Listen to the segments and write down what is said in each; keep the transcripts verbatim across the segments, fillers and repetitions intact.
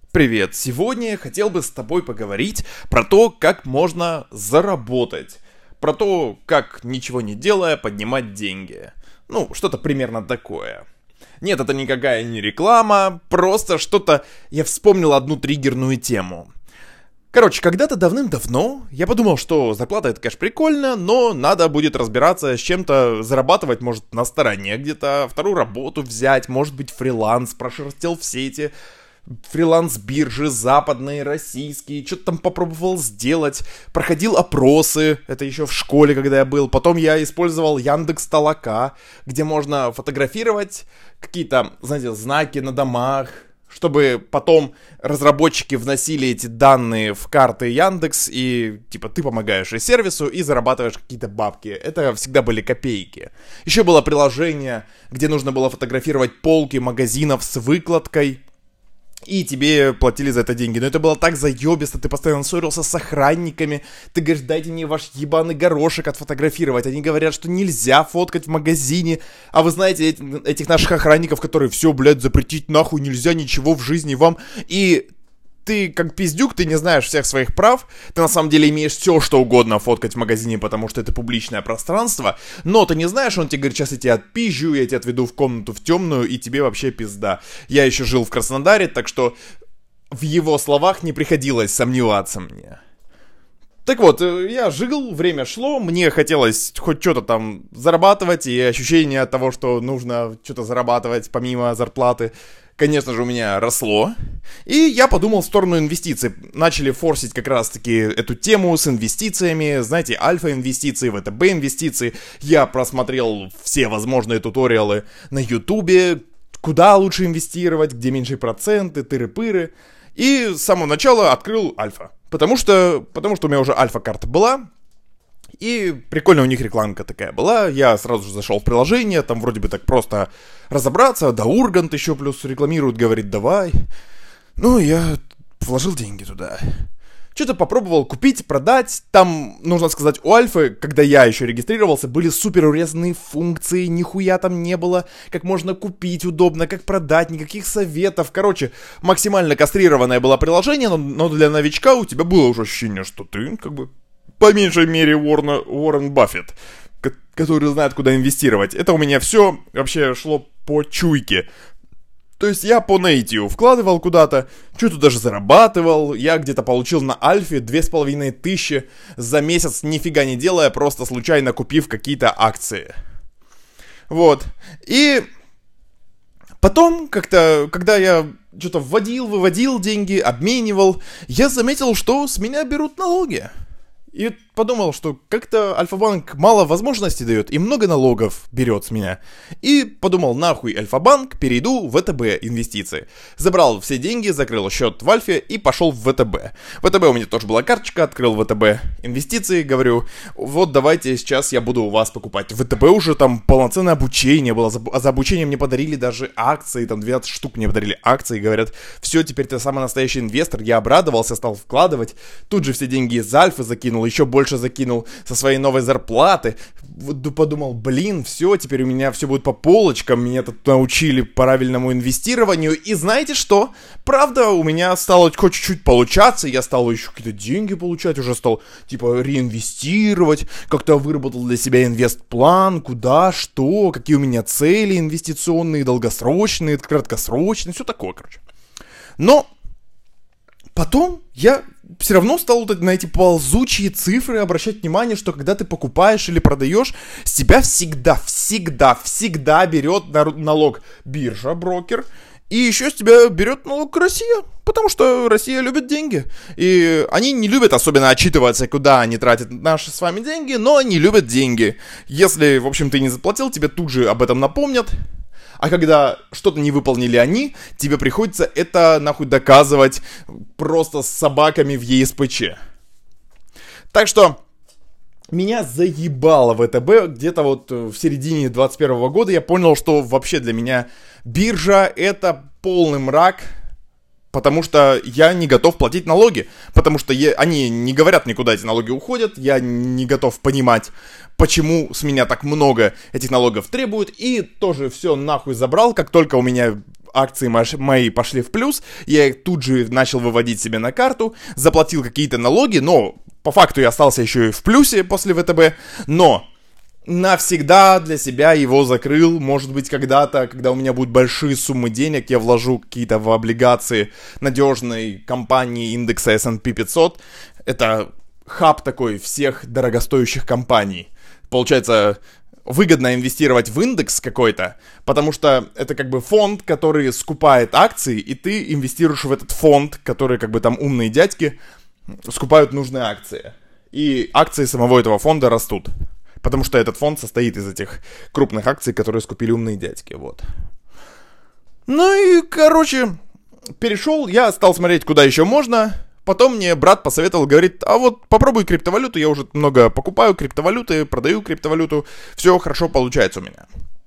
Привет! Сегодня я хотел бы с тобой поговорить про то, как можно заработать. Про то, как, ничего не делая, поднимать деньги. Ну, что-то примерно такое. Нет, это никакая не реклама, просто что-то... Я вспомнил одну триггерную тему. Короче, когда-то давным-давно я подумал, что зарплата это, конечно, прикольно, но надо будет разбираться с чем-то, зарабатывать, может, на стороне где-то, вторую работу взять, может быть, фриланс, прошерстил все эти... фриланс-биржи западные, российские, что-то там попробовал сделать, проходил опросы, это еще в школе, когда я был, потом я использовал Яндекс.Толока, где можно фотографировать какие-то, знаете, знаки на домах, чтобы потом разработчики вносили эти данные в карты Яндекс, и типа ты помогаешь и сервису, и зарабатываешь какие-то бабки. Это всегда были копейки. Еще было приложение, где нужно было фотографировать полки магазинов с выкладкой, и тебе платили за это деньги. Но это было так заебисто, ты постоянно ссорился с охранниками. Ты говоришь, дайте мне ваш ебаный горошек отфотографировать. Они говорят, что нельзя фоткать в магазине. А вы знаете эти, этих наших охранников, которые все, блядь, запретить нахуй нельзя ничего в жизни вам. И ты как пиздюк, ты не знаешь всех своих прав. Ты на самом деле имеешь все, что угодно фоткать в магазине, потому что это публичное пространство. Но ты не знаешь, он тебе говорит, сейчас я тебя отпизжу, я тебя отведу в комнату в темную, и тебе вообще пизда. Я еще жил в Краснодаре, так что в его словах не приходилось сомневаться мне. Так вот, я жил, время шло, мне хотелось хоть что-то там зарабатывать, и ощущение от того, что нужно что-то зарабатывать помимо зарплаты, конечно же, у меня росло. И я подумал в сторону инвестиций. Начали форсить как раз-таки эту тему с инвестициями. Знаете, альфа-инвестиции, ВТБ-инвестиции. Я просмотрел все возможные туториалы на Ютубе. Куда лучше инвестировать, где меньшие проценты, тыры-пыры. И с самого начала открыл альфа. Потому что, потому что у меня уже альфа-карта была. И прикольно у них рекламка такая была. Я сразу же зашел в приложение. Там вроде бы так просто разобраться. Да Ургант еще плюс рекламирует, говорит, давай. Ну, я вложил деньги туда. Что-то попробовал купить, продать. Там, нужно сказать, у Альфы, когда я еще регистрировался, были супер урезанные функции. Нихуя там не было. Как можно купить удобно, как продать, никаких советов. Короче, максимально кастрированное было приложение, но, но для новичка у тебя было уже ощущение, что ты как бы... По меньшей мере Уоррен, Уоррен Баффет, который знает, куда инвестировать. Это у меня все вообще шло по чуйке. То есть я по нейтиву вкладывал куда-то, что-то даже зарабатывал. Я где-то получил на Альфе две с половиной тысячи за месяц, нифига не делая, просто случайно купив какие-то акции. Вот. И потом, как-то, когда я что-то вводил, выводил деньги, обменивал, я заметил, что с меня берут налоги. И подумал, что как-то Альфа-банк мало возможностей дает и много налогов берет с меня. И подумал, нахуй Альфа-банк, перейду в ВТБ инвестиции. Забрал все деньги, закрыл счет в Альфе и пошел в ВТБ. В ВТБ у меня тоже была карточка, открыл ВТБ инвестиции, говорю, вот давайте сейчас я буду у вас покупать. В ВТБ уже там полноценное обучение было, а за обучение мне подарили даже акции, там двенадцать штук мне подарили акции, говорят, все, теперь ты самый настоящий инвестор. Я обрадовался, стал вкладывать, тут же все деньги из Альфы закинул, еще больше закинул со своей новой зарплаты. Подумал, блин, все, теперь у меня все будет по полочкам, меня тут научили правильному инвестированию. И знаете что? Правда, у меня стало хоть чуть-чуть получаться, я стал еще какие-то деньги получать, уже стал, типа, реинвестировать, как-то выработал для себя инвестплан, куда, что, какие у меня цели инвестиционные, долгосрочные, краткосрочные, все такое, короче. Но потом я все равно стал на эти ползучие цифры обращать внимание, что когда ты покупаешь или продаешь, с тебя всегда, всегда, всегда берет налог биржа, брокер, и еще с тебя берет налог Россия, потому что Россия любит деньги. И они не любят особенно отчитываться, куда они тратят наши с вами деньги, но они любят деньги. Если, в общем, ты не заплатил, тебе тут же об этом напомнят. А когда что-то не выполнили они, тебе приходится это нахуй доказывать просто с собаками в е эс пэ че. Так что меня заебало ВТБ где-то вот в середине двадцать первого года. Я понял, что вообще для меня биржа это полный мрак. Потому что я не готов платить налоги. Потому что я, они не говорят мне, куда эти налоги уходят. Я не готов понимать, почему с меня так много этих налогов требуют. И тоже все нахуй забрал. Как только у меня акции мои пошли в плюс, я их тут же начал выводить себе на карту, заплатил какие-то налоги, но по факту я остался еще и в плюсе после ВТБ, но навсегда для себя его закрыл. Может быть, когда-то, когда у меня будут большие суммы денег, я вложу какие-то в облигации надежной компании индекса эс энд пи пятьсот. Это хаб такой всех дорогостоящих компаний. Получается, выгодно инвестировать в индекс какой-то, потому что это как бы фонд, который скупает акции, и ты инвестируешь в этот фонд, который как бы там умные дядьки скупают нужные акции. И акции самого этого фонда растут. Потому что этот фонд состоит из этих крупных акций, которые скупили умные дядьки, вот. Ну и, короче, перешел, я стал смотреть, куда еще можно. Потом мне брат посоветовал, говорит, а вот попробуй криптовалюту, я уже много покупаю криптовалюты, продаю криптовалюту, все хорошо получается у меня.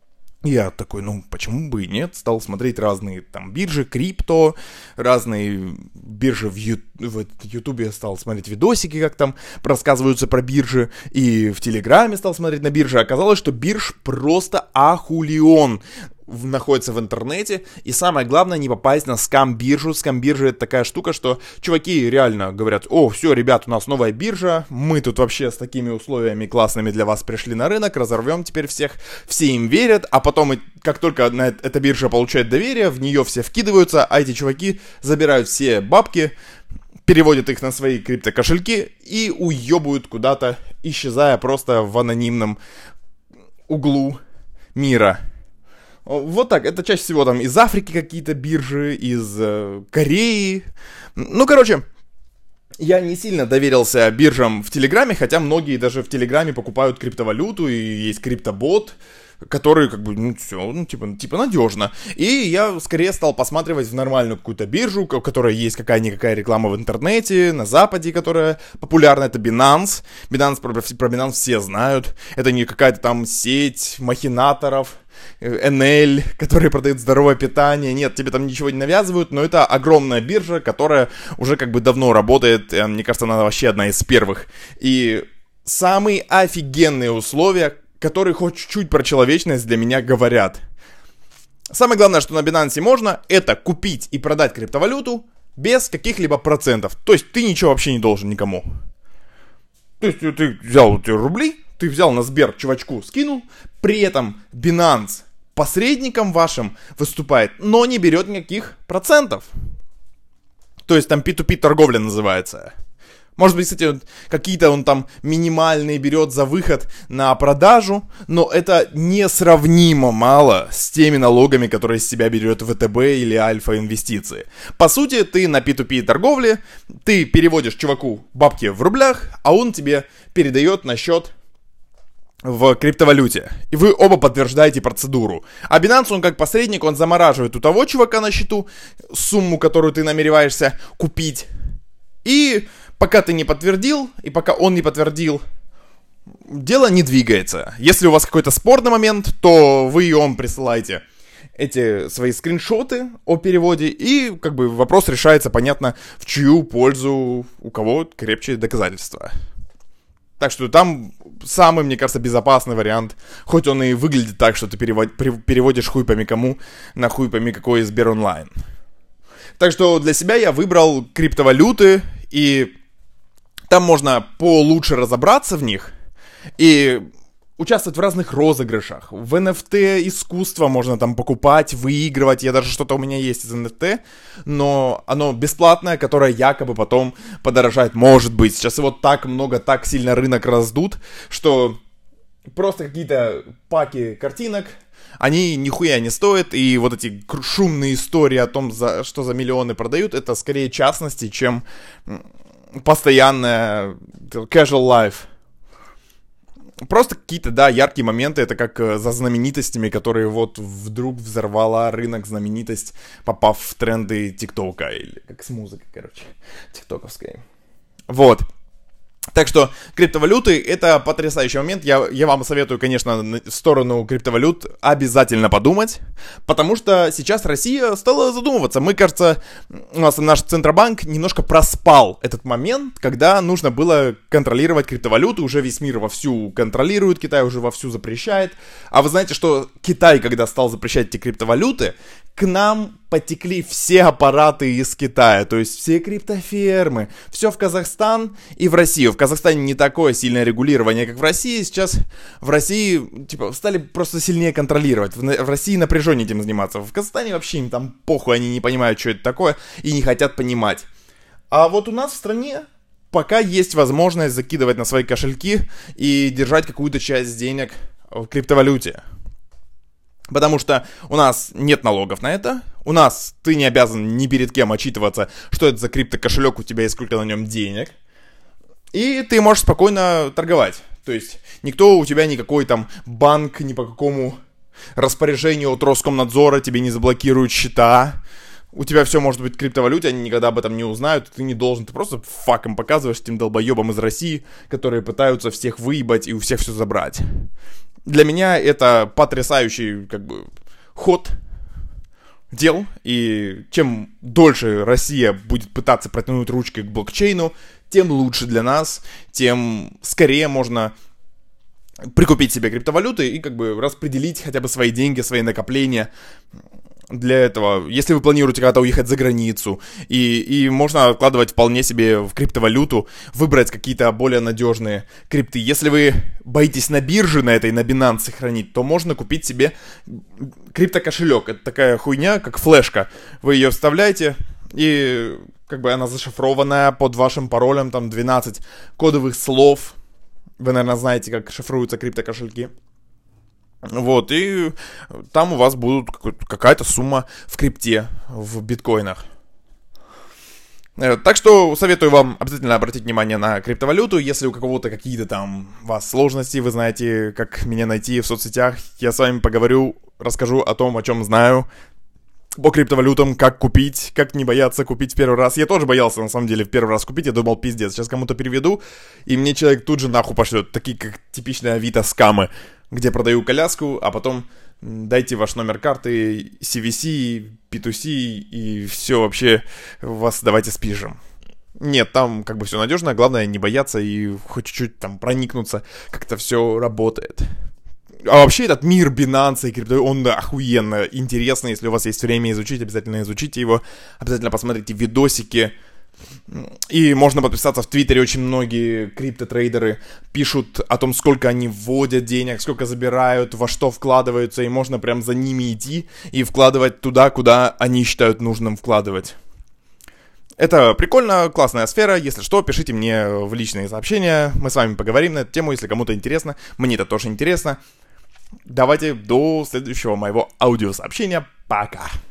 Я такой, ну, почему бы и нет, стал смотреть разные там биржи, крипто, разные биржи в, ю... в Ютубе, стал смотреть видосики, как там рассказываются про биржи, и в Телеграме стал смотреть на биржи. Оказалось, что бирж просто ахулион находится в интернете, и самое главное не попасть на скам-биржу. Скам-биржа — это такая штука, что чуваки реально говорят: о, все, ребят, у нас новая биржа, мы тут вообще с такими условиями классными для вас пришли на рынок, разорвем теперь всех, все им верят, а потом, как только эта биржа получает доверие, в нее все вкидываются, а эти чуваки забирают все бабки, переводят их на свои криптокошельки и уебывают куда-то, исчезая просто в анонимном углу мира. Вот так, это чаще всего там из Африки какие-то биржи, из э, Кореи. Ну, короче, я не сильно доверился биржам в Телеграме, хотя многие даже в Телеграме покупают криптовалюту, и есть криптобот, который как бы, ну, все, ну, типа, типа надежно. И я скорее стал посматривать в нормальную какую-то биржу, у которой есть какая-никакая реклама в интернете, на Западе, которая популярна, это Binance. Binance, про, про Binance все знают. Это не какая-то там сеть махинаторов, эн эль, которые продают здоровое питание. Нет, тебе там ничего не навязывают, но это огромная биржа, которая уже как бы давно работает. Мне кажется, она вообще одна из первых. И самые офигенные условия, которые хоть чуть-чуть про человечность для меня говорят. Самое главное, что на Binance можно, это купить и продать криптовалюту без каких-либо процентов. То есть ты ничего вообще не должен никому. То есть ты взял эти рубли, ты взял на Сбер чувачку, скинул, при этом Binance посредником вашим выступает, но не берет никаких процентов. То есть там пи ту пи торговля называется. Может быть, кстати, какие-то он там минимальные берет за выход на продажу, но это несравнимо мало с теми налогами, которые с себя берет ВТБ или Альфа Инвестиции. По сути, ты на пи ту пи торговле, ты переводишь чуваку бабки в рублях, а он тебе передает на счет в криптовалюте. И вы оба подтверждаете процедуру. А Binance, он как посредник, он замораживает у того чувака на счету сумму, которую ты намереваешься купить. И пока ты не подтвердил, и пока он не подтвердил, дело не двигается. Если у вас какой-то спорный момент, то вы и он присылаете эти свои скриншоты о переводе, и как бы вопрос решается, понятно, в чью пользу, у кого крепче доказательства. Так что там самый, мне кажется, безопасный вариант. Хоть он и выглядит так, что ты перевод, переводишь хуй пойми кому на хуй пойми какой Сберонлайн. Так что для себя я выбрал криптовалюты, и там можно получше разобраться в них и участвовать в разных розыгрышах. В эн эф ти искусство можно там покупать, выигрывать. Я даже что-то у меня есть из эн эф ти, но оно бесплатное, которое якобы потом подорожает. Может быть. Сейчас его так много, так сильно рынок раздут, что просто какие-то паки картинок, они нихуя не стоят. И вот эти шумные истории о том, за, что за миллионы продают, это скорее частности, чем постоянная casual life. Просто какие-то, да, яркие моменты, это как э, за знаменитостями, которые вот вдруг взорвала рынок знаменитость, попав в тренды ТикТока, или как с музыкой, короче, тиктоковской. Вот. Так что криптовалюты — это потрясающий момент. Я, я вам советую, конечно, в сторону криптовалют обязательно подумать, потому что сейчас Россия стала задумываться. Мы, кажется, у нас наш Центробанк немножко проспал этот момент, когда нужно было контролировать криптовалюты. Уже весь мир вовсю контролирует, Китай уже вовсю запрещает. А вы знаете, что Китай, когда стал запрещать эти криптовалюты, к нам потекли все аппараты из Китая, то есть все криптофермы, все в Казахстан и в Россию. В Казахстане не такое сильное регулирование, как в России. Сейчас в России, типа, стали просто сильнее контролировать. В, в России напряженнее этим заниматься. В Казахстане вообще им там похуй, они не понимают, что это такое, и не хотят понимать. А вот у нас в стране пока есть возможность закидывать на свои кошельки и держать какую-то часть денег в криптовалюте. Потому что у нас нет налогов на это, у нас ты не обязан ни перед кем отчитываться, что это за криптокошелек у тебя и сколько на нем денег. И ты можешь спокойно торговать. То есть никто у тебя никакой там банк ни по какому распоряжению от Роскомнадзора тебе не заблокирует счета. У тебя все может быть в криптовалюте, они никогда об этом не узнают, ты не должен, ты просто факом показываешь этим долбоебам из России, которые пытаются всех выебать и у всех все забрать. Для меня это потрясающий, как бы, ход дел, и чем дольше Россия будет пытаться протянуть ручкой к блокчейну, тем лучше для нас, тем скорее можно прикупить себе криптовалюты и как бы распределить хотя бы свои деньги, свои накопления. Для этого, если вы планируете когда-то уехать за границу, и, и можно откладывать вполне себе в криптовалюту, выбрать какие-то более надежные крипты. Если вы боитесь на бирже, на этой, на Binance хранить, то можно купить себе криптокошелек. Это такая хуйня, как флешка. Вы ее вставляете, и как бы она зашифрованная под вашим паролем, там двенадцать кодовых слов. Вы, наверное, знаете, как шифруются криптокошельки. Вот, и там у вас будут какая-то сумма в крипте, в биткоинах. Так что советую вам обязательно обратить внимание на криптовалюту. Если у кого-то какие-то там у вас сложности, вы знаете, как меня найти в соцсетях, я с вами поговорю, расскажу о том, о чем знаю, по криптовалютам, как купить, как не бояться купить в первый раз. Я тоже боялся, на самом деле, в первый раз купить, я думал, пиздец, сейчас кому-то переведу, и мне человек тут же нахуй пошлет, такие как типичные Авито скамы, где продаю коляску, а потом дайте ваш номер карты, си ви си, пи ту си, и все вообще вас давайте спишем. Нет, там как бы все надежно, главное не бояться и хоть чуть-чуть там проникнуться, как это все работает. А вообще этот мир Binance и крипто, он охуенно интересный. Если у вас есть время изучить, обязательно изучите его. Обязательно посмотрите видосики. И можно подписаться в Твиттере. Очень многие криптотрейдеры пишут о том, сколько они вводят денег, сколько забирают, во что вкладываются. И можно прям за ними идти и вкладывать туда, куда они считают нужным вкладывать. Это прикольно, классная сфера. Если что, пишите мне в личные сообщения. Мы с вами поговорим на эту тему, если кому-то интересно. Мне это тоже интересно. Давайте до следующего моего аудиосообщения. Пока.